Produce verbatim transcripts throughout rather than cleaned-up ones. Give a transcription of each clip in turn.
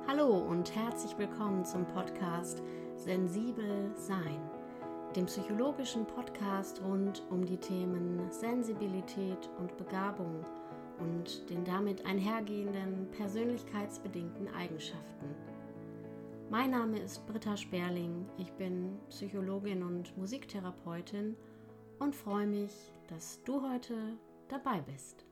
Hallo und herzlich willkommen zum Podcast Sensibel Sein, dem psychologischen Podcast rund um die Themen Sensibilität und Begabung und den damit einhergehenden persönlichkeitsbedingten Eigenschaften. Mein Name ist Britta Sperling, ich bin Psychologin und Musiktherapeutin und freue mich, dass du heute dabei bist.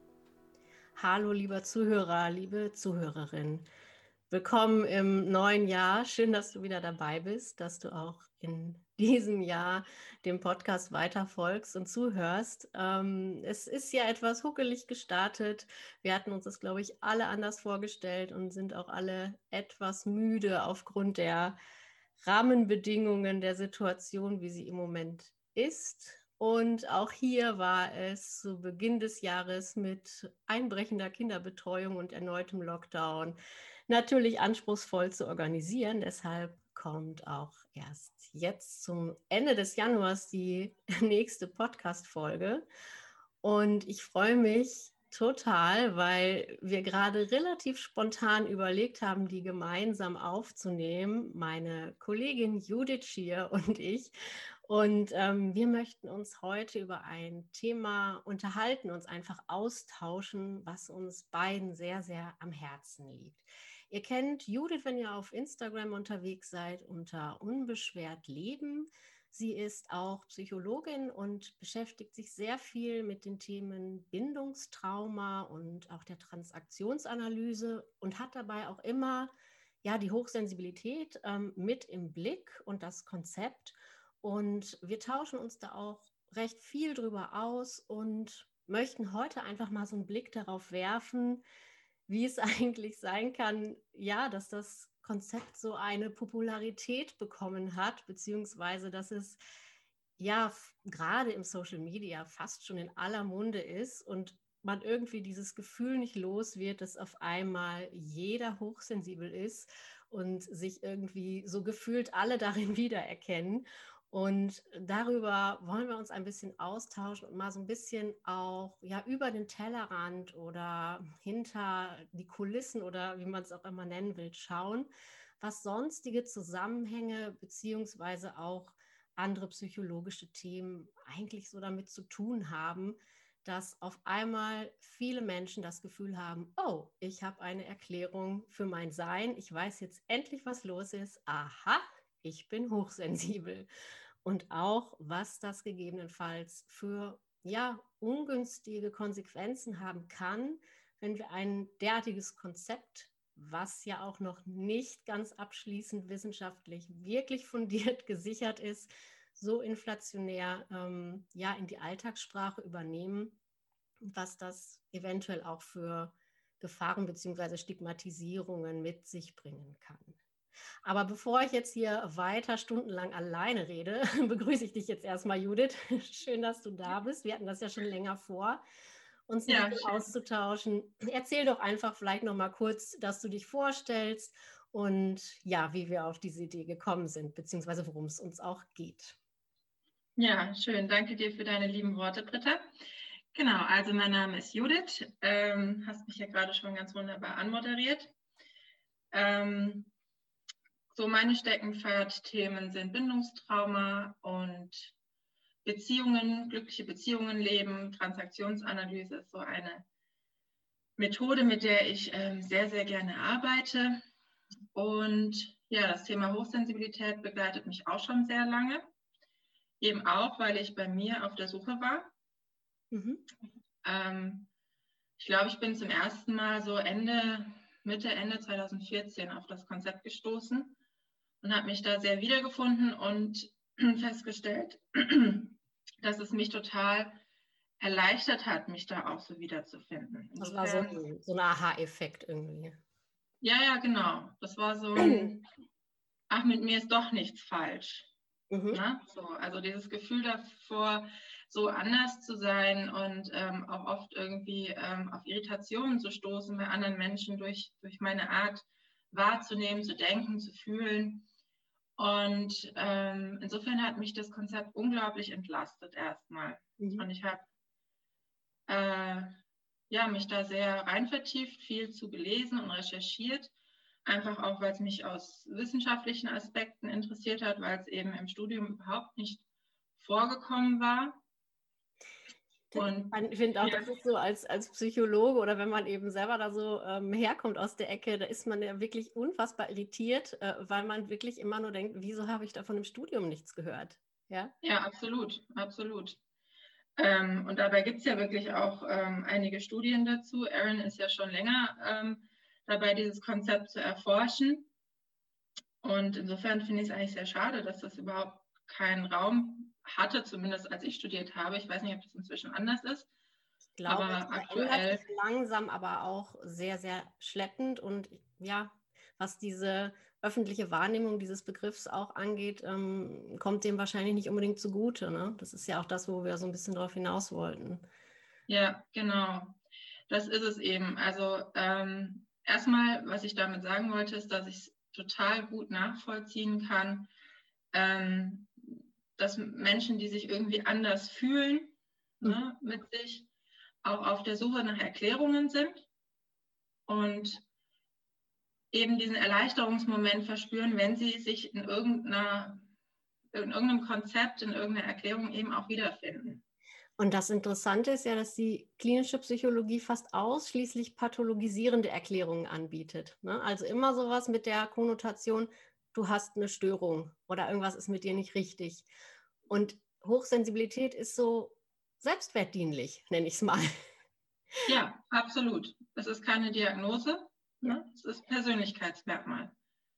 Hallo lieber Zuhörer, liebe Zuhörerin. Willkommen im neuen Jahr. Schön, dass du wieder dabei bist, dass du auch in diesem Jahr dem Podcast weiterfolgst und zuhörst. Ähm, es ist ja etwas huckelig gestartet. Wir hatten uns das, glaube ich, alle anders vorgestellt und sind auch alle etwas müde aufgrund der Rahmenbedingungen der Situation, wie sie im Moment ist. Und auch hier war es zu Beginn des Jahres mit einbrechender Kinderbetreuung und erneutem Lockdown natürlich anspruchsvoll zu organisieren. Deshalb kommt auch erst jetzt zum Ende des Januars die nächste Podcast-Folge. Und ich freue mich total, weil wir gerade relativ spontan überlegt haben, die gemeinsam aufzunehmen, meine Kollegin Judith Schier und ich. Und ähm, wir möchten uns heute über ein Thema unterhalten, uns einfach austauschen, was uns beiden sehr, sehr am Herzen liegt. Ihr kennt Judith, wenn ihr auf Instagram unterwegs seid, unter Unbeschwert Leben. Sie ist auch Psychologin und beschäftigt sich sehr viel mit den Themen Bindungstrauma und auch der Transaktionsanalyse und hat dabei auch immer ja, die Hochsensibilität ähm, mit im Blick und das Konzept. Und wir tauschen uns da auch recht viel drüber aus und möchten heute einfach mal so einen Blick darauf werfen, wie es eigentlich sein kann, ja, dass das Konzept so eine Popularität bekommen hat, beziehungsweise dass es ja gerade im Social Media fast schon in aller Munde ist und man irgendwie dieses Gefühl nicht los wird, dass auf einmal jeder hochsensibel ist und sich irgendwie so gefühlt alle darin wiedererkennen. Und darüber wollen wir uns ein bisschen austauschen und mal so ein bisschen auch ja, über den Tellerrand oder hinter die Kulissen oder wie man es auch immer nennen will, schauen, was sonstige Zusammenhänge beziehungsweise auch andere psychologische Themen eigentlich so damit zu tun haben, dass auf einmal viele Menschen das Gefühl haben, oh, ich habe eine Erklärung für mein Sein, ich weiß jetzt endlich, was los ist, aha, ich bin hochsensibel. Und auch, was das gegebenenfalls für ja, ungünstige Konsequenzen haben kann, wenn wir ein derartiges Konzept, was ja auch noch nicht ganz abschließend wissenschaftlich wirklich fundiert gesichert ist, so inflationär ähm, ja, in die Alltagssprache übernehmen, was das eventuell auch für Gefahren bzw. Stigmatisierungen mit sich bringen kann. Aber bevor ich jetzt hier weiter stundenlang alleine rede, begrüße ich dich jetzt erstmal, Judith. Schön, dass du da bist. Wir hatten das ja schon länger vor, uns ein Ja, bisschen schön. auszutauschen. Erzähl doch einfach vielleicht noch mal kurz, dass du dich vorstellst und ja, wie wir auf diese Idee gekommen sind, beziehungsweise worum es uns auch geht. Ja, schön. Danke dir für deine lieben Worte, Britta. Genau, also mein Name ist Judith. Ähm, hast mich ja gerade schon ganz wunderbar anmoderiert. Ähm, so meine Steckenpferd-Themen sind Bindungstrauma und Beziehungen, glückliche Beziehungen leben. Transaktionsanalyse ist so eine Methode, mit der ich ähm, sehr, sehr gerne arbeite. Und ja, das Thema Hochsensibilität begleitet mich auch schon sehr lange. Eben auch, weil ich bei mir auf der Suche war. Mhm. Ähm, ich glaube, ich bin zum ersten Mal so Ende, Mitte, Ende zwanzig vierzehn auf das Konzept gestoßen und habe mich da sehr wiedergefunden und festgestellt, dass es mich total erleichtert hat, mich da auch so wiederzufinden. Das war so ein, so ein Aha-Effekt irgendwie. Ja, ja, genau. Das war so ein, ach, mit mir ist doch nichts falsch. Mhm. Ne? So, also dieses Gefühl davor, so anders zu sein und ähm, auch oft irgendwie ähm, auf Irritationen zu stoßen bei anderen Menschen durch, durch meine Art wahrzunehmen, zu denken, zu fühlen. Und ähm, insofern hat mich das Konzept unglaublich entlastet erstmal. Mhm. Und ich habe äh, ja, mich da sehr rein vertieft, viel zu gelesen und recherchiert. einfach auch, weil es mich aus wissenschaftlichen Aspekten interessiert hat, weil es eben im Studium überhaupt nicht vorgekommen war. Und ich finde auch, ja, das ist so als, als Psychologe oder wenn man eben selber da so ähm, herkommt aus der Ecke, da ist man ja wirklich unfassbar irritiert, äh, weil man wirklich immer nur denkt, wieso habe ich davon im Studium nichts gehört? Ja, ja, absolut, absolut. Ähm, und dabei gibt es ja wirklich auch ähm, einige Studien dazu. Aaron ist ja schon länger ähm, dabei, dieses Konzept zu erforschen. Und insofern finde ich es eigentlich sehr schade, dass das überhaupt keinen Raum hatte, zumindest als ich studiert habe. Ich weiß nicht, ob das inzwischen anders ist. Ich glaube, aber es aktuell sich langsam, aber auch sehr, sehr schleppend. Und ja, was diese öffentliche Wahrnehmung dieses Begriffs auch angeht, ähm, kommt dem wahrscheinlich nicht unbedingt zugute. Ne? Das ist ja auch das, wo wir so ein bisschen drauf hinaus wollten. Ja, genau. Das ist es eben. Also ähm, erstmal, was ich damit sagen wollte, ist, dass ich es total gut nachvollziehen kann, ähm, dass Menschen, die sich irgendwie anders fühlen, mhm. ne, mit sich, auch auf der Suche nach Erklärungen sind und eben diesen Erleichterungsmoment verspüren, wenn sie sich in irgendeiner, in irgendeinem Konzept, in irgendeiner Erklärung eben auch wiederfinden. Und das Interessante ist ja, dass die klinische Psychologie fast ausschließlich pathologisierende Erklärungen anbietet. Ne? Also immer sowas mit der Konnotation, du hast eine Störung oder irgendwas ist mit dir nicht richtig. Und Hochsensibilität ist so selbstwertdienlich, nenne ich es mal. Ja, absolut. Es ist keine Diagnose, ja. ne? Es ist Persönlichkeitsmerkmal.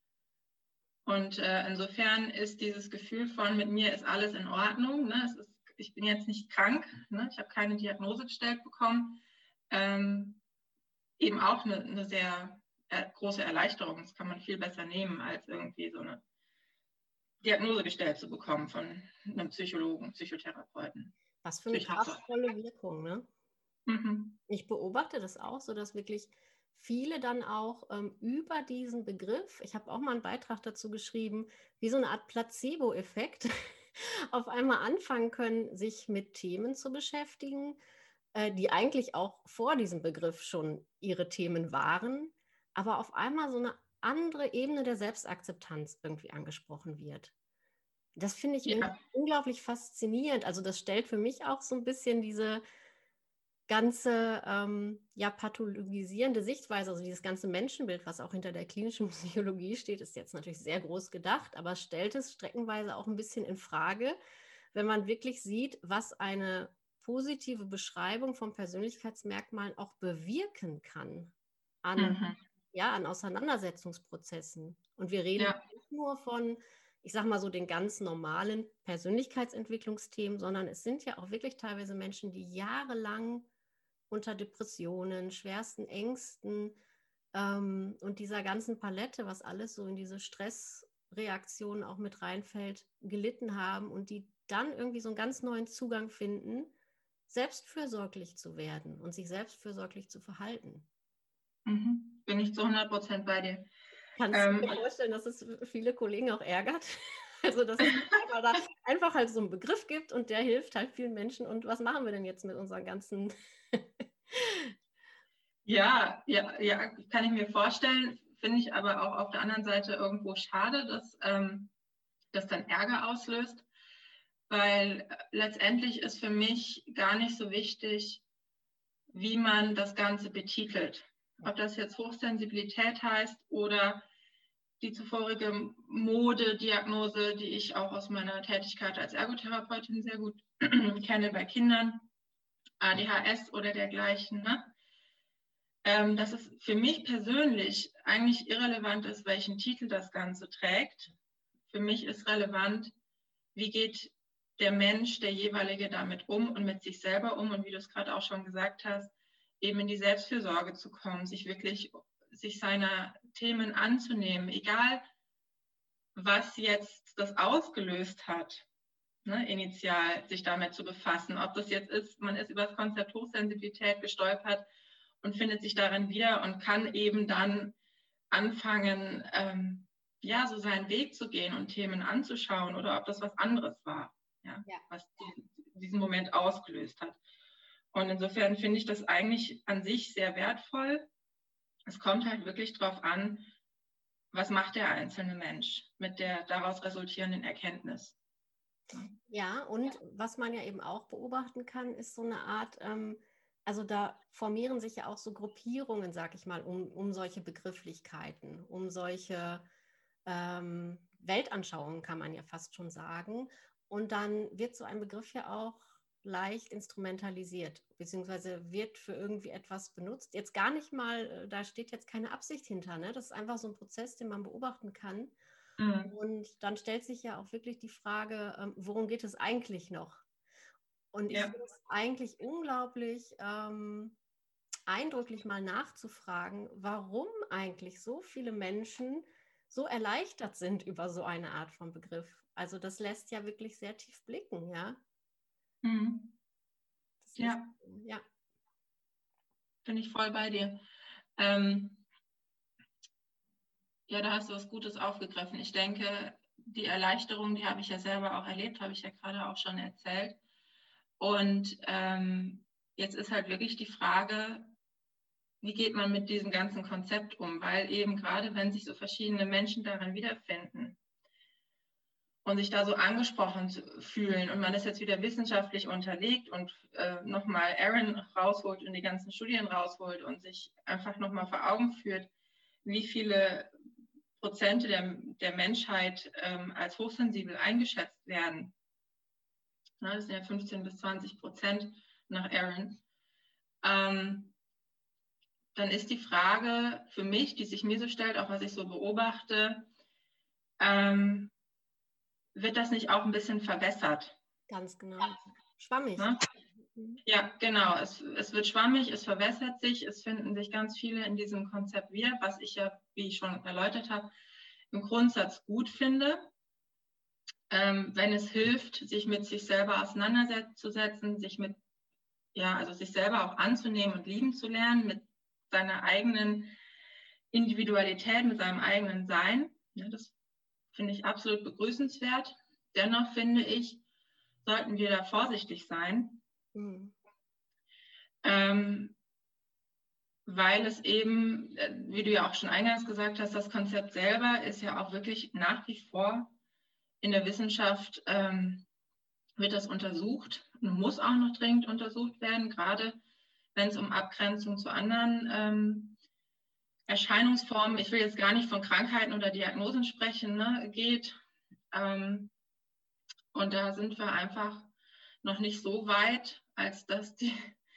Und äh, insofern ist dieses Gefühl von, mit mir ist alles in Ordnung, ne? Es ist, ich bin jetzt nicht krank, ne? Ich habe keine Diagnose gestellt bekommen, ähm, eben auch eine, eine sehr äh, große Erleichterung. Das kann man viel besser nehmen, als irgendwie so eine Diagnose gestellt zu bekommen von einem Psychologen, Psychotherapeuten. Was für eine kraftvolle Wirkung, ne? Mhm. Ich beobachte das auch so, dass wirklich viele dann auch ähm, über diesen Begriff, ich habe auch mal einen Beitrag dazu geschrieben, wie so eine Art Placebo-Effekt, auf einmal anfangen können, sich mit Themen zu beschäftigen, äh, die eigentlich auch vor diesem Begriff schon ihre Themen waren, aber auf einmal so eine andere Ebene der Selbstakzeptanz irgendwie angesprochen wird. Das finde ich ja. unglaublich faszinierend. Also das stellt für mich auch so ein bisschen diese ganze ähm, ja, pathologisierende Sichtweise, also dieses ganze Menschenbild, was auch hinter der klinischen Psychologie steht, ist jetzt natürlich sehr groß gedacht, aber stellt es streckenweise auch ein bisschen in Frage, wenn man wirklich sieht, was eine positive Beschreibung von Persönlichkeitsmerkmalen auch bewirken kann an, mhm. ja, an Auseinandersetzungsprozessen. Und wir reden ja. nicht nur von, ich sag mal so, den ganz normalen Persönlichkeitsentwicklungsthemen, sondern es sind ja auch wirklich teilweise Menschen, die jahrelang unter Depressionen, schwersten Ängsten ähm, und dieser ganzen Palette, was alles so in diese Stressreaktionen auch mit reinfällt, gelitten haben und die dann irgendwie so einen ganz neuen Zugang finden, selbstfürsorglich zu werden und sich selbstfürsorglich zu verhalten. Mhm. Bin ich zu hundert Prozent bei dir. Kannst ähm, du dir vorstellen, dass es viele Kollegen auch ärgert? Also, dass es da einfach halt so einen Begriff gibt und der hilft halt vielen Menschen. Und was machen wir denn jetzt mit unseren ganzen... ja, ja, ja, kann ich mir vorstellen. Finde ich aber auch auf der anderen Seite irgendwo schade, dass ähm, das dann Ärger auslöst. Weil letztendlich ist für mich gar nicht so wichtig, wie man das Ganze betitelt. Ob das jetzt Hochsensibilität heißt oder die zuvorige Modediagnose, die ich auch aus meiner Tätigkeit als Ergotherapeutin sehr gut kenne bei Kindern, A D H S oder dergleichen. Ne? Ähm, dass es für mich persönlich eigentlich irrelevant ist, welchen Titel das Ganze trägt. Für mich ist relevant, wie geht der Mensch, der jeweilige, damit um und mit sich selber um und wie du es gerade auch schon gesagt hast, eben in die Selbstfürsorge zu kommen, sich wirklich sich seiner Themen anzunehmen, egal was jetzt das ausgelöst hat, ne, initial sich damit zu befassen. Ob das jetzt ist, man ist über das Konzept Hochsensibilität gestolpert und findet sich darin wieder und kann eben dann anfangen, ähm, ja, so seinen Weg zu gehen und Themen anzuschauen oder ob das was anderes war, ja, ja. was die, diesen Moment ausgelöst hat. Und insofern finde ich das eigentlich an sich sehr wertvoll. Es kommt halt wirklich darauf an, was macht der einzelne Mensch mit der daraus resultierenden Erkenntnis. Ja, und was man ja eben auch beobachten kann, ist so eine Art, ähm, also da formieren sich ja auch so Gruppierungen, sag ich mal, um, um solche Begrifflichkeiten, um solche ähm, Weltanschauungen, kann man ja fast schon sagen. Und dann wird so ein Begriff ja auch leicht instrumentalisiert, beziehungsweise wird für irgendwie etwas benutzt. Jetzt gar nicht mal, da steht jetzt keine Absicht hinter, ne? Das ist einfach so ein Prozess, den man beobachten kann. Mhm. Und dann stellt sich ja auch wirklich die Frage, ähm, worum geht es eigentlich noch? Und ich Ja. finde es eigentlich unglaublich ähm, eindrücklich mal nachzufragen, warum eigentlich so viele Menschen so erleichtert sind über so eine Art von Begriff. Also das lässt ja wirklich sehr tief blicken, ja. Mhm. Das Ja. lässt, ja. Bin ich voll bei dir. Ähm, ja, da hast du was Gutes aufgegriffen. Ich denke, die Erleichterung, die habe ich ja selber auch erlebt, habe ich ja gerade auch schon erzählt. Und ähm, jetzt ist halt wirklich die Frage, wie geht man mit diesem ganzen Konzept um? Weil eben gerade, wenn sich so verschiedene Menschen darin wiederfinden und sich da so angesprochen fühlen und man das jetzt wieder wissenschaftlich unterlegt und äh, nochmal Aaron rausholt und die ganzen Studien rausholt und sich einfach nochmal vor Augen führt, wie viele Prozente der, der Menschheit ähm, als hochsensibel eingeschätzt werden. Na, das sind ja fünfzehn bis zwanzig Prozent nach Aaron. Ähm, dann ist die Frage für mich, die sich mir so stellt, auch was ich so beobachte, ähm, wird das nicht auch ein bisschen verwässert? Ganz genau. Schwammig. Ne? Ja, genau. Es, es wird schwammig, es verwässert sich, es finden sich ganz viele in diesem Konzept wieder, was ich ja, wie ich schon erläutert habe, im Grundsatz gut finde, ähm, wenn es hilft, sich mit sich selber auseinanderzusetzen, sich mit, ja, also sich selber auch anzunehmen und lieben zu lernen, mit seiner eigenen Individualität, mit seinem eigenen Sein. Ja, das finde ich absolut begrüßenswert. Dennoch finde ich, sollten wir da vorsichtig sein, Mhm. ähm, weil es eben, wie du ja auch schon eingangs gesagt hast, das Konzept selber ist ja auch wirklich nach wie vor in der Wissenschaft, ähm, wird das untersucht und muss auch noch dringend untersucht werden, gerade wenn es um Abgrenzung zu anderen ähm, Erscheinungsformen, ich will jetzt gar nicht von Krankheiten oder Diagnosen sprechen, ne, geht. Ähm, und da sind wir einfach noch nicht so weit, als dass die,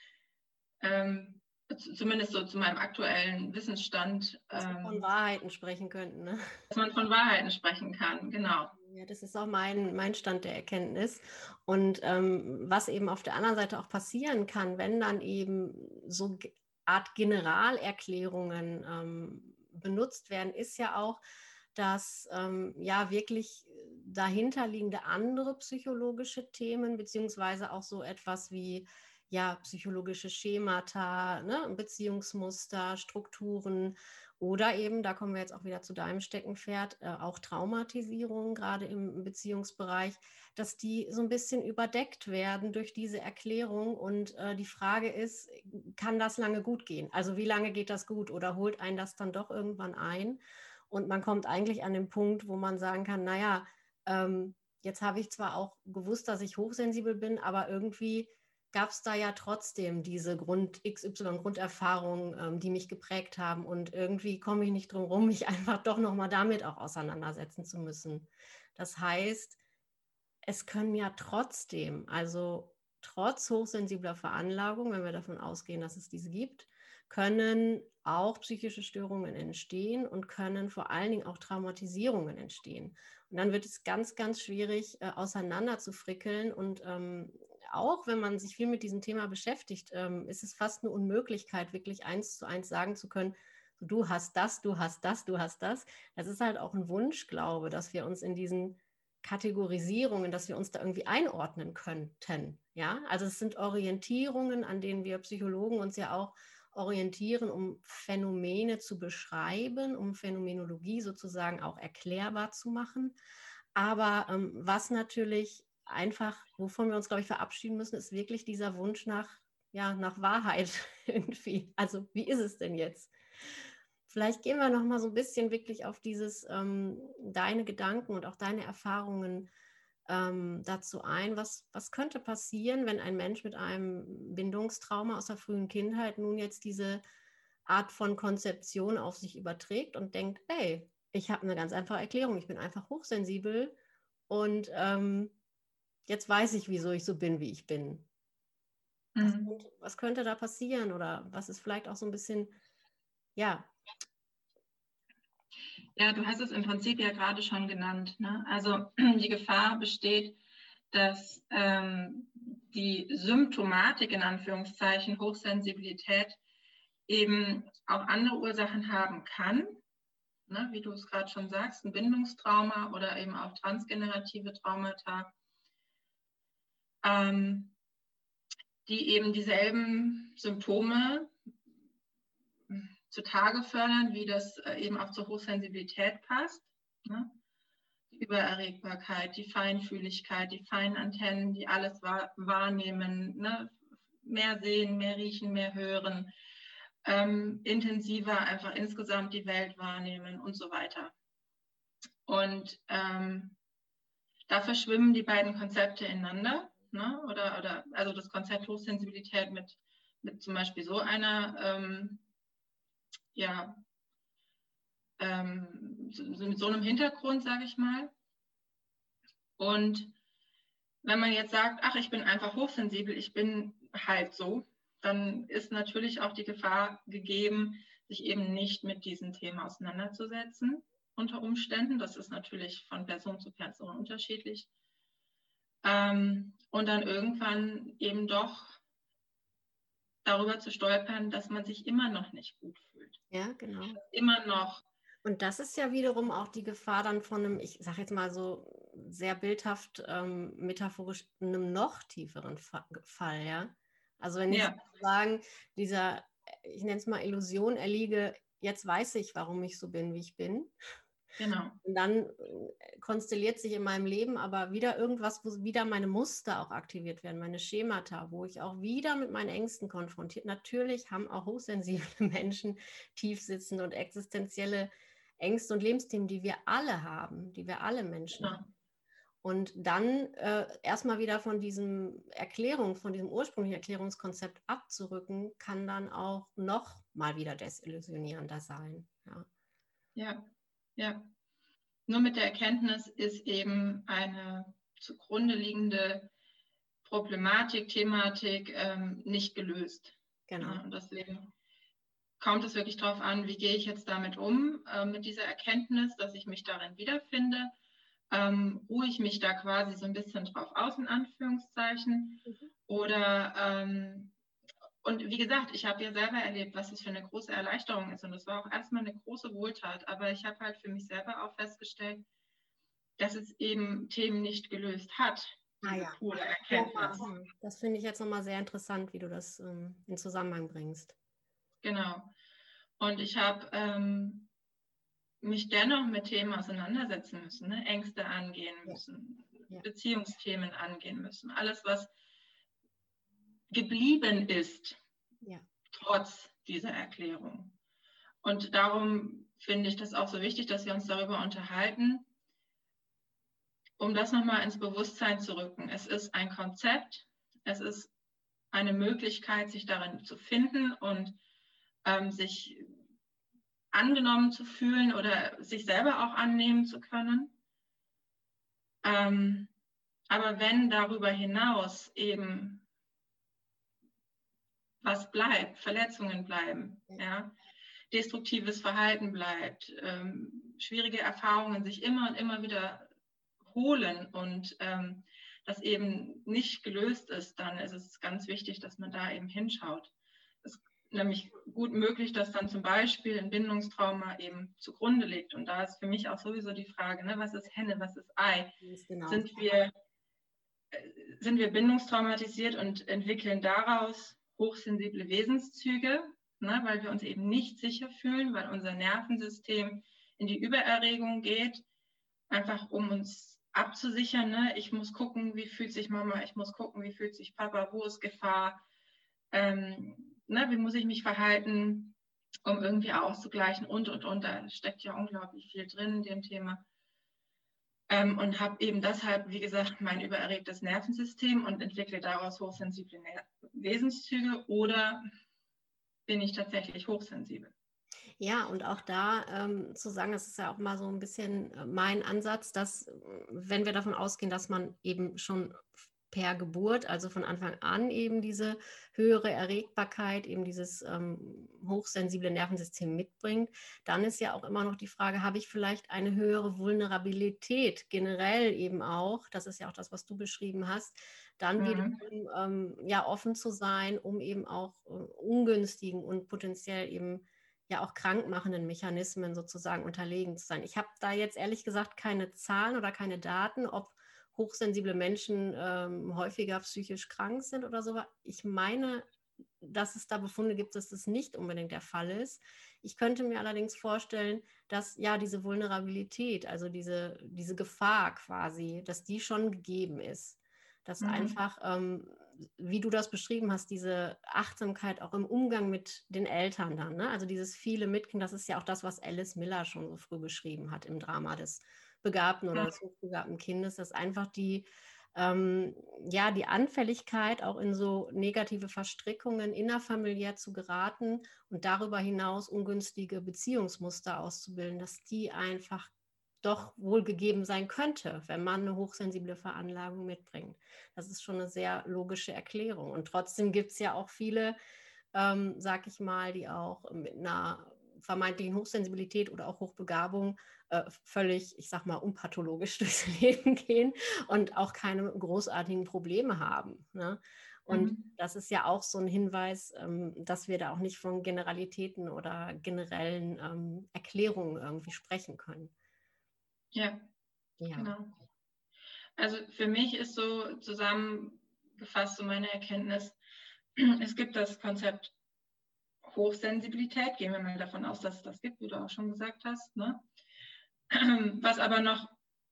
ähm, zumindest so zu meinem aktuellen Wissensstand, Dass wir von ähm, Wahrheiten sprechen könnten, ne? dass man von Wahrheiten sprechen kann, genau. Ja, das ist auch mein, mein Stand der Erkenntnis. Und ähm, was eben auf der anderen Seite auch passieren kann, wenn dann eben so Art Generalerklärungen ähm, benutzt werden, ist ja auch, dass ähm, ja wirklich dahinterliegende andere psychologische Themen, beziehungsweise auch so etwas wie ja, psychologische Schemata, ne, Beziehungsmuster, Strukturen oder eben, da kommen wir jetzt auch wieder zu deinem Steckenpferd, äh, auch Traumatisierung, gerade im Beziehungsbereich, dass die so ein bisschen überdeckt werden durch diese Erklärung. Und äh, die Frage ist, kann das lange gut gehen? Also wie lange geht das gut oder holt einen das dann doch irgendwann ein? Und man kommt eigentlich an den Punkt, wo man sagen kann, naja, ähm, jetzt habe ich zwar auch gewusst, dass ich hochsensibel bin, aber irgendwie gab es da ja trotzdem diese Grund X Y-Grunderfahrungen, ähm, die mich geprägt haben. Und irgendwie komme ich nicht drum rum, mich einfach doch nochmal damit auch auseinandersetzen zu müssen. Das heißt, es können ja trotzdem, also trotz hochsensibler Veranlagung, wenn wir davon ausgehen, dass es diese gibt, können auch psychische Störungen entstehen und können vor allen Dingen auch Traumatisierungen entstehen. Und dann wird es ganz, ganz schwierig, äh, auseinander zu frickeln. Und ähm, auch wenn man sich viel mit diesem Thema beschäftigt, ähm, ist es fast eine Unmöglichkeit, wirklich eins zu eins sagen zu können, du hast das, du hast das, du hast das. Das ist halt auch ein Wunschglaube, dass wir uns in diesen Kategorisierungen, dass wir uns da irgendwie einordnen könnten. Ja, also es sind Orientierungen, an denen wir Psychologen uns ja auch orientieren, um Phänomene zu beschreiben, um Phänomenologie sozusagen auch erklärbar zu machen. Aber ähm, was natürlich einfach, wovon wir uns, glaube ich, verabschieden müssen, ist wirklich dieser Wunsch nach, ja, nach Wahrheit irgendwie. Also wie ist es denn jetzt? Vielleicht gehen wir noch mal so ein bisschen wirklich auf dieses, ähm, deine Gedanken und auch deine Erfahrungen ähm, dazu ein. Was, was könnte passieren, wenn ein Mensch mit einem Bindungstrauma aus der frühen Kindheit nun jetzt diese Art von Konzeption auf sich überträgt und denkt, hey, ich habe eine ganz einfache Erklärung, ich bin einfach hochsensibel und ähm, jetzt weiß ich, wieso ich so bin, wie ich bin. Was, Mhm. könnte, was könnte da passieren oder was ist vielleicht auch so ein bisschen, ja. Ja, du hast es im Prinzip ja gerade schon genannt, ne? Also die Gefahr besteht, dass ähm, die Symptomatik in Anführungszeichen Hochsensibilität eben auch andere Ursachen haben kann, ne? Wie du es gerade schon sagst, ein Bindungstrauma oder eben auch transgenerative Traumata, ähm, die eben dieselben Symptome zutage fördern, wie das eben auch zur Hochsensibilität passt. Ne? Die Übererregbarkeit, die Feinfühligkeit, die feinen Antennen, die alles wahrnehmen, ne? Mehr sehen, mehr riechen, mehr hören, ähm, intensiver einfach insgesamt die Welt wahrnehmen und so weiter. Und ähm, da verschwimmen die beiden Konzepte ineinander, ne? oder, oder also das Konzept Hochsensibilität mit, mit zum Beispiel so einer ähm, ja, ähm, so, mit so einem Hintergrund, sage ich mal. Und wenn man jetzt sagt, ach, ich bin einfach hochsensibel, ich bin halt so, dann ist natürlich auch die Gefahr gegeben, sich eben nicht mit diesem Thema auseinanderzusetzen unter Umständen. Das ist natürlich von Person zu Person unterschiedlich. Ähm, und dann irgendwann eben doch darüber zu stolpern, dass man sich immer noch nicht gut fühlt. Ja, genau. Immer noch. Und das ist ja wiederum auch die Gefahr dann von einem, ich sage jetzt mal so sehr bildhaft, ähm, metaphorisch, einem noch tieferen Fa- Fall, ja. Also wenn ich Ja. sozusagen dieser, ich nenne es mal Illusion erliege, jetzt weiß ich, warum ich so bin, wie ich bin. Genau. Und dann konstelliert sich in meinem Leben aber wieder irgendwas, wo wieder meine Muster auch aktiviert werden, meine Schemata, wo ich auch wieder mit meinen Ängsten konfrontiert. Natürlich haben auch hochsensible Menschen tiefsitzende und existenzielle Ängste und Lebensthemen, die wir alle haben, die wir alle Menschen Genau. haben. Und dann äh, erstmal wieder von diesem Erklärung, von diesem ursprünglichen Erklärungskonzept abzurücken, kann dann auch noch mal wieder desillusionierender sein. Ja, ja, ja. Nur mit der Erkenntnis ist eben eine zugrunde liegende Problematik, Thematik ähm, nicht gelöst. genau. Ja, und deswegen kommt es wirklich darauf an, wie gehe ich jetzt damit um, äh, mit dieser Erkenntnis, dass ich mich darin wiederfinde. Ähm, ruhe ich mich da quasi so ein bisschen drauf aus, in Anführungszeichen. Mhm. Oder, ähm, und wie gesagt, ich habe ja selber erlebt, was es für eine große Erleichterung ist. Und das war auch erstmal eine große Wohltat. Aber ich habe halt für mich selber auch festgestellt, dass es eben Themen nicht gelöst hat, diese ah, ja. pure Erkenntnis. Ja, das finde ich jetzt nochmal sehr interessant, wie du das ähm, in Zusammenhang bringst. Genau. Und ich habe ähm, mich dennoch mit Themen auseinandersetzen müssen, ne? Ängste angehen müssen, ja. Ja. Beziehungsthemen angehen müssen. Alles, was geblieben ist, ja. trotz dieser Erklärung. Und darum finde ich das auch so wichtig, dass wir uns darüber unterhalten, um das nochmal ins Bewusstsein zu rücken. Es ist ein Konzept, es ist eine Möglichkeit, sich darin zu finden und ähm, sich angenommen zu fühlen oder sich selber auch annehmen zu können. Ähm, aber wenn darüber hinaus eben was bleibt, Verletzungen bleiben, ja, destruktives Verhalten bleibt, ähm, schwierige Erfahrungen sich immer und immer wieder holen und ähm, das eben nicht gelöst ist, dann ist es ganz wichtig, dass man da eben hinschaut. Es ist nämlich gut möglich, dass dann zum Beispiel ein Bindungstrauma eben zugrunde liegt. Und da ist für mich auch sowieso die Frage, ne, was ist Henne, was ist Ei? Genau. Sind wir, sind wir bindungstraumatisiert und entwickeln daraus hochsensible Wesenszüge, ne, weil wir uns eben nicht sicher fühlen, weil unser Nervensystem in die Übererregung geht, einfach um uns abzusichern, ne? Ich muss gucken, wie fühlt sich Mama, ich muss gucken, wie fühlt sich Papa, wo ist Gefahr, ähm, ne? Wie muss ich mich verhalten, um irgendwie auszugleichen und, und, und. Da steckt ja unglaublich viel drin in dem Thema. Ähm, und habe eben deshalb, wie gesagt, mein übererregtes Nervensystem und entwickle daraus hochsensible Wesenszüge, oder bin ich tatsächlich hochsensibel? Ja, und auch da ähm, zu sagen, das ist ja auch mal so ein bisschen mein Ansatz, dass wenn wir davon ausgehen, dass man eben schon per Geburt, also von Anfang an eben diese höhere Erregbarkeit, eben dieses ähm, hochsensible Nervensystem mitbringt, dann ist ja auch immer noch die Frage, habe ich vielleicht eine höhere Vulnerabilität generell eben auch, das ist ja auch das, was du beschrieben hast, dann Mhm. wiederum ähm, ja offen zu sein, um eben auch äh, ungünstigen und potenziell eben ja auch krankmachenden Mechanismen sozusagen unterlegen zu sein. Ich habe da jetzt ehrlich gesagt keine Zahlen oder keine Daten, ob hochsensible Menschen ähm, häufiger psychisch krank sind oder so. Ich meine, dass es da Befunde gibt, dass das nicht unbedingt der Fall ist. Ich könnte mir allerdings vorstellen, dass ja diese Vulnerabilität, also diese, diese Gefahr quasi, dass die schon gegeben ist. Dass mhm. einfach, ähm, wie du das beschrieben hast, diese Achtsamkeit auch im Umgang mit den Eltern dann, ne? Also dieses viele Mitkriegen, das ist ja auch das, was Alice Miller schon so früh beschrieben hat im Drama des begabten oder des hochbegabten Kindes, dass einfach die, ähm, ja, die Anfälligkeit auch in so negative Verstrickungen innerfamiliär zu geraten und darüber hinaus ungünstige Beziehungsmuster auszubilden, dass die einfach doch wohl gegeben sein könnte, wenn man eine hochsensible Veranlagung mitbringt. Das ist schon eine sehr logische Erklärung. Und trotzdem gibt es ja auch viele, ähm, sag ich mal, die auch mit einer vermeintlichen Hochsensibilität oder auch Hochbegabung äh, völlig, ich sag mal, unpathologisch durchs Leben gehen und auch keine großartigen Probleme haben. Ne? Und mhm. das ist ja auch so ein Hinweis, ähm, dass wir da auch nicht von Generalitäten oder generellen ähm, Erklärungen irgendwie sprechen können. Ja, ja, genau. Also für mich ist so zusammengefasst so meine Erkenntnis, es gibt das Konzept Hochsensibilität, gehen wir mal davon aus, dass es das gibt, wie du auch schon gesagt hast, ne? Was aber noch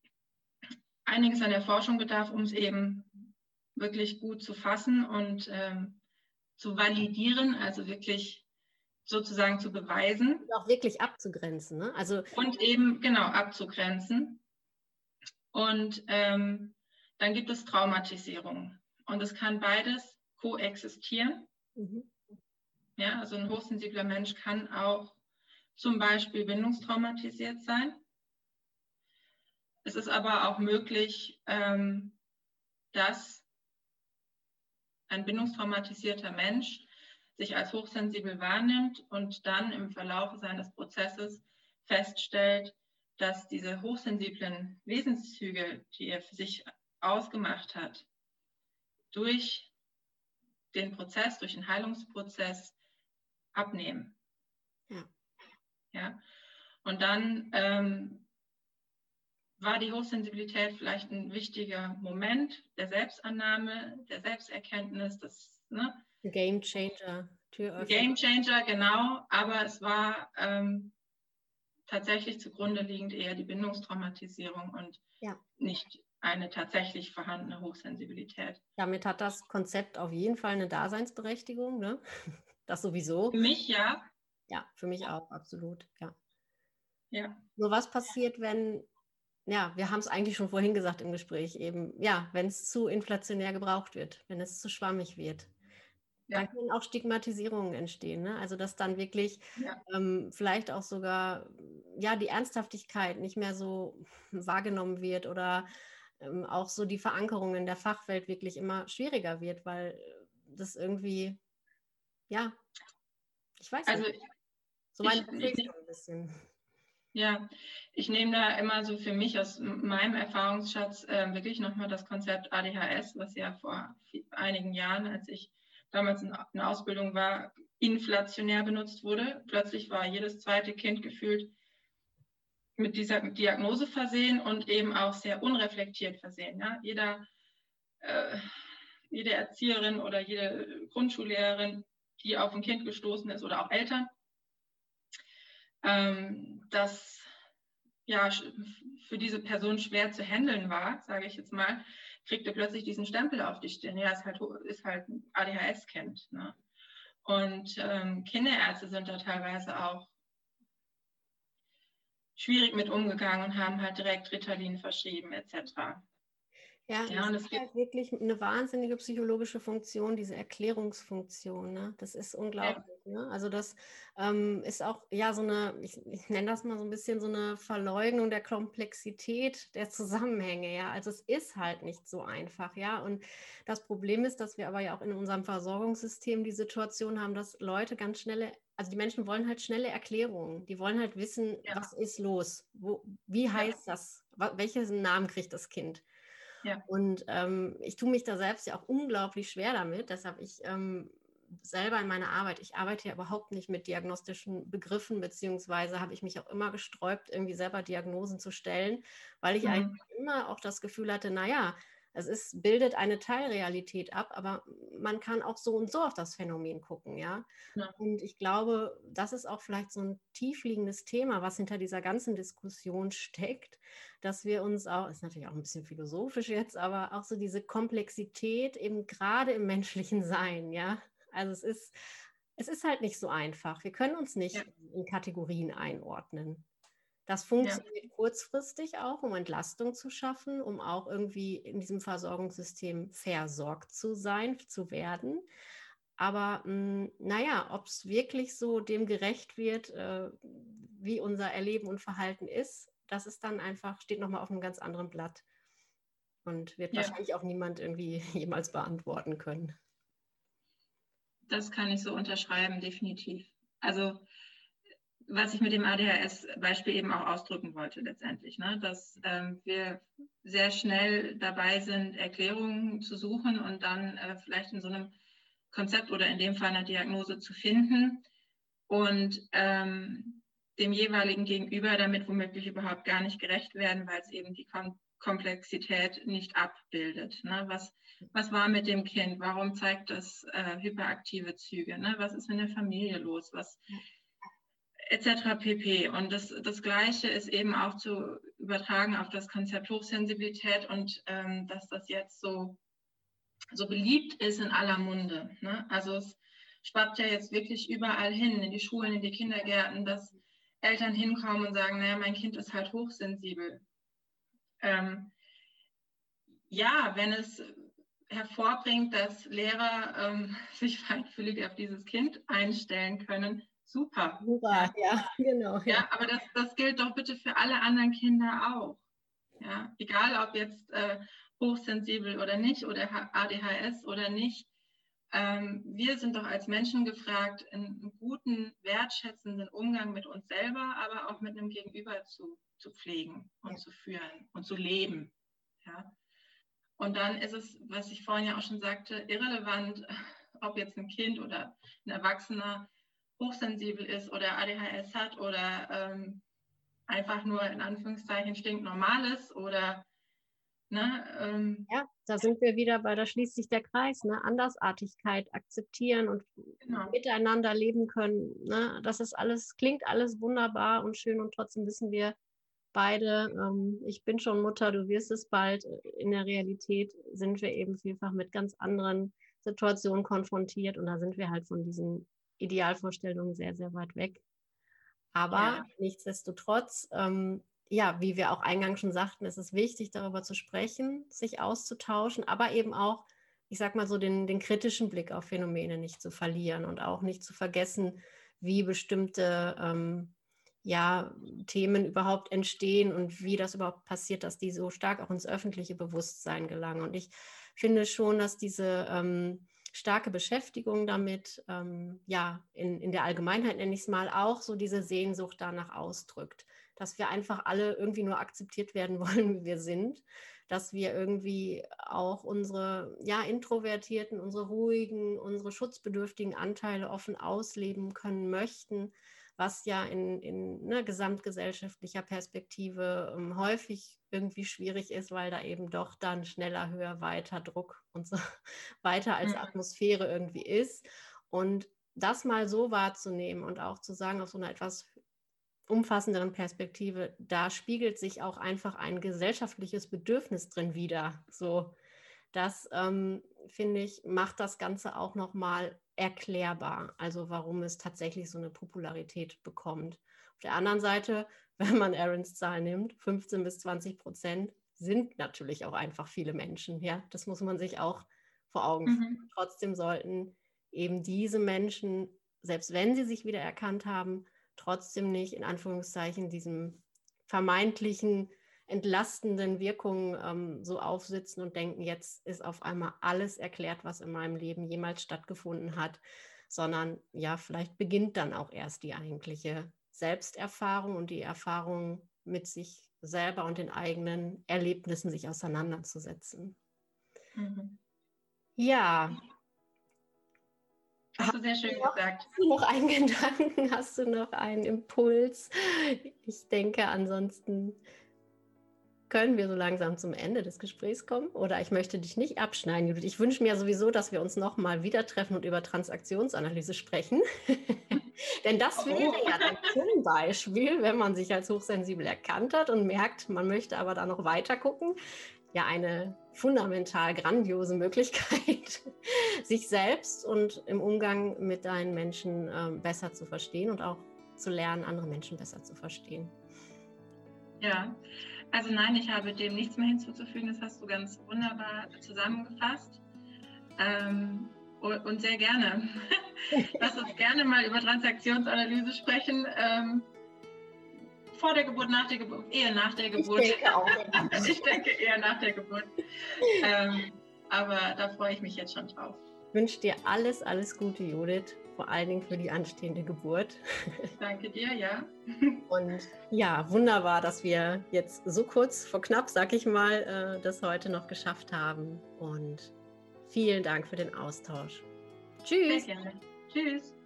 einiges an der Forschung bedarf, um es eben wirklich gut zu fassen und ähm, zu validieren, also wirklich sozusagen zu beweisen. Und auch wirklich abzugrenzen, ne? Also und eben genau abzugrenzen. Und ähm, dann gibt es Traumatisierung. Und es kann beides koexistieren. Mhm. Ja, also ein hochsensibler Mensch kann auch zum Beispiel bindungstraumatisiert sein. Es ist aber auch möglich, ähm, dass ein bindungstraumatisierter Mensch sich als hochsensibel wahrnimmt und dann im Verlauf seines Prozesses feststellt, dass diese hochsensiblen Wesenszüge, die er für sich ausgemacht hat, durch den Prozess, durch den Heilungsprozess abnehmen. Ja. Ja? Und dann ähm, war die Hochsensibilität vielleicht ein wichtiger Moment der Selbstannahme, der Selbsterkenntnis, das, ne? Game Changer, Türöffner. Game Changer, genau, aber es war ähm, tatsächlich zugrunde liegend eher die Bindungstraumatisierung und ja. nicht eine tatsächlich vorhandene Hochsensibilität. Damit hat das Konzept auf jeden Fall eine Daseinsberechtigung, ne? Das sowieso. Für mich ja. Ja, für mich auch, absolut, ja. Ja. Nur was passiert, wenn, ja, wir haben es eigentlich schon vorhin gesagt im Gespräch eben, ja, wenn es zu inflationär gebraucht wird, wenn es zu schwammig wird. Ja. Dann können auch Stigmatisierungen entstehen, ne? Also dass dann wirklich ja. ähm, vielleicht auch sogar ja, die Ernsthaftigkeit nicht mehr so wahrgenommen wird oder ähm, auch so die Verankerung in der Fachwelt wirklich immer schwieriger wird, weil das irgendwie, ja, ich weiß also nicht. So meine Befürchtung ein bisschen. Ja, ich nehme da immer so für mich aus meinem Erfahrungsschatz äh, wirklich nochmal das Konzept A D H S, was ja vor einigen Jahren, als ich damals in einer Ausbildung war, inflationär benutzt wurde. Plötzlich war jedes zweite Kind gefühlt mit dieser Diagnose versehen und eben auch sehr unreflektiert versehen. Ja? Jeder, äh, jede Erzieherin oder jede Grundschullehrerin, die auf ein Kind gestoßen ist oder auch Eltern, ähm, das ja für diese Person schwer zu handeln war, sage ich jetzt mal, kriegte plötzlich diesen Stempel auf die Stirn. Ja, ist halt, ist halt ein A D H S-Kind. Ne? Und ähm, Kinderärzte sind da teilweise auch schwierig mit umgegangen und haben halt direkt Ritalin verschrieben et cetera. Ja, Ja, das und ist es gibt halt wirklich eine wahnsinnige psychologische Funktion, diese Erklärungsfunktion. Ne? Das ist unglaublich. Ja. Ne? Also das ähm, ist auch ja so eine, ich, ich nenne das mal so ein bisschen so eine Verleugnung der Komplexität der Zusammenhänge. Ja, also es ist halt nicht so einfach. Ja, und das Problem ist, dass wir aber ja auch in unserem Versorgungssystem die Situation haben, dass Leute ganz schnelle also die Menschen wollen halt schnelle Erklärungen. Die wollen halt wissen, ja. was ist los? Wo, wie heißt ja. das? Welchen Namen kriegt das Kind? Ja. Und ähm, ich tue mich da selbst ja auch unglaublich schwer damit. Deshalb ich ähm, selber in meiner Arbeit, ich arbeite ja überhaupt nicht mit diagnostischen Begriffen, beziehungsweise habe ich mich auch immer gesträubt, irgendwie selber Diagnosen zu stellen, weil ich mhm. eigentlich immer auch das Gefühl hatte, naja, es ist, bildet eine Teilrealität ab, aber man kann auch so und so auf das Phänomen gucken, ja? ja. Und ich glaube, das ist auch vielleicht so ein tiefliegendes Thema, was hinter dieser ganzen Diskussion steckt, dass wir uns auch, ist natürlich auch ein bisschen philosophisch jetzt, aber auch so diese Komplexität eben gerade im menschlichen Sein, ja? Also es ist, es ist halt nicht so einfach. Wir können uns nicht ja. in Kategorien einordnen. Das funktioniert ja. kurzfristig auch, um Entlastung zu schaffen, um auch irgendwie in diesem Versorgungssystem versorgt zu sein, zu werden. Aber mh, naja, ob es wirklich so dem gerecht wird, äh, wie unser Erleben und Verhalten ist, das ist dann einfach, steht nochmal auf einem ganz anderen Blatt und wird ja. wahrscheinlich auch niemand irgendwie jemals beantworten können. Das kann ich so unterschreiben, definitiv. Also was ich mit dem A D H S-Beispiel eben auch ausdrücken wollte letztendlich, ne? dass ähm, wir sehr schnell dabei sind, Erklärungen zu suchen und dann äh, vielleicht in so einem Konzept oder in dem Fall einer Diagnose zu finden und ähm, dem jeweiligen Gegenüber damit womöglich überhaupt gar nicht gerecht werden, weil es eben die Kom Komplexität nicht abbildet. Ne? Was, was war mit dem Kind? Warum zeigt das äh, hyperaktive Züge? Ne? Was ist in der Familie los? Was et cetera pp. Und das, das Gleiche ist eben auch zu übertragen auf das Konzept Hochsensibilität und ähm, dass das jetzt so, so beliebt ist in aller Munde. Ne? Also es schwappt ja jetzt wirklich überall hin, in die Schulen, in die Kindergärten, dass Eltern hinkommen und sagen, naja, mein Kind ist halt hochsensibel. Ähm, ja, wenn es hervorbringt, dass Lehrer ähm, sich feinfühlig auf dieses Kind einstellen können, super. Hurra, ja, ja genau. Ja, ja aber das, das gilt doch bitte für alle anderen Kinder auch. Ja, egal ob jetzt äh, hochsensibel oder nicht oder A D H S oder nicht. Ähm, wir sind doch als Menschen gefragt, einen guten, wertschätzenden Umgang mit uns selber, aber auch mit einem Gegenüber zu, zu pflegen und ja. zu führen und zu leben. Ja. Und dann ist es, was ich vorhin ja auch schon sagte, irrelevant, ob jetzt ein Kind oder ein Erwachsener hochsensibel ist oder A D H S hat oder ähm, einfach nur in Anführungszeichen stinknormal ist oder ne, ähm, ja, da sind wir wieder bei, da schließt sich der Kreis, ne? Andersartigkeit akzeptieren und genau. miteinander leben können. Ne? Das ist alles, klingt alles wunderbar und schön und trotzdem wissen wir beide, ähm, ich bin schon Mutter, du wirst es bald. In der Realität sind wir eben vielfach mit ganz anderen Situationen konfrontiert und da sind wir halt von diesen Idealvorstellungen sehr, sehr weit weg. Aber ja. nichtsdestotrotz, ähm, ja, wie wir auch eingangs schon sagten, ist es wichtig, darüber zu sprechen, sich auszutauschen, aber eben auch, ich sag mal so, den, den kritischen Blick auf Phänomene nicht zu verlieren und auch nicht zu vergessen, wie bestimmte ähm, ja, Themen überhaupt entstehen und wie das überhaupt passiert, dass die so stark auch ins öffentliche Bewusstsein gelangen. Und ich finde schon, dass diese ähm, starke Beschäftigung damit, ähm, ja, in, in der Allgemeinheit nenne ich es mal, auch so diese Sehnsucht danach ausdrückt, dass wir einfach alle irgendwie nur akzeptiert werden wollen, wie wir sind, dass wir irgendwie auch unsere, ja, introvertierten, unsere ruhigen, unsere schutzbedürftigen Anteile offen ausleben können möchten, was ja in, in ne, gesamtgesellschaftlicher Perspektive ähm, häufig irgendwie schwierig ist, weil da eben doch dann schneller, höher, weiter Druck und so weiter als Atmosphäre irgendwie ist. Und das mal so wahrzunehmen und auch zu sagen, auf so einer etwas umfassenderen Perspektive, da spiegelt sich auch einfach ein gesellschaftliches Bedürfnis drin wider. So, das, ähm, finde ich, macht das Ganze auch nochmal erklärbar, also warum es tatsächlich so eine Popularität bekommt. Auf der anderen Seite, wenn man Arons Zahl nimmt, fünfzehn bis zwanzig Prozent sind natürlich auch einfach viele Menschen. Ja, das muss man sich auch vor Augen führen. Mhm. Trotzdem sollten eben diese Menschen, selbst wenn sie sich wieder erkannt haben, trotzdem nicht in Anführungszeichen diesem vermeintlichen entlastenden Wirkungen ähm, so aufsitzen und denken, jetzt ist auf einmal alles erklärt, was in meinem Leben jemals stattgefunden hat, sondern ja, vielleicht beginnt dann auch erst die eigentliche Selbsterfahrung und die Erfahrung mit sich selber und den eigenen Erlebnissen sich auseinanderzusetzen. Mhm. Ja. Hast du sehr schön noch, gesagt. Hast du noch einen Gedanken? Hast du noch einen Impuls? Ich denke, ansonsten können wir so langsam zum Ende des Gesprächs kommen. Oder ich möchte dich nicht abschneiden, Judith. Ich wünsche mir sowieso, dass wir uns nochmal wieder treffen und über Transaktionsanalyse sprechen. Denn das wäre ja dann zum Beispiel, wenn man sich als hochsensibel erkannt hat und merkt, man möchte aber da noch weiter gucken, ja eine fundamental grandiose Möglichkeit, sich selbst und im Umgang mit deinen Menschen äh, besser zu verstehen und auch zu lernen, andere Menschen besser zu verstehen. Ja, also nein, ich habe dem nichts mehr hinzuzufügen. Das hast du ganz wunderbar zusammengefasst. Ähm, und sehr gerne. Lass uns gerne mal über Transaktionsanalyse sprechen. Ähm, vor der Geburt, nach der Geburt, eher nach der Geburt. Ich denke auch. Ich denke eher nach der Geburt. Ähm, aber da freue ich mich jetzt schon drauf. Ich wünsche dir alles, alles Gute, Judith. Vor allen Dingen für die anstehende Geburt. Danke dir, ja. Und ja, wunderbar, dass wir jetzt so kurz vor knapp, sag ich mal, das heute noch geschafft haben. Und vielen Dank für den Austausch. Tschüss. Sehr gerne. Tschüss.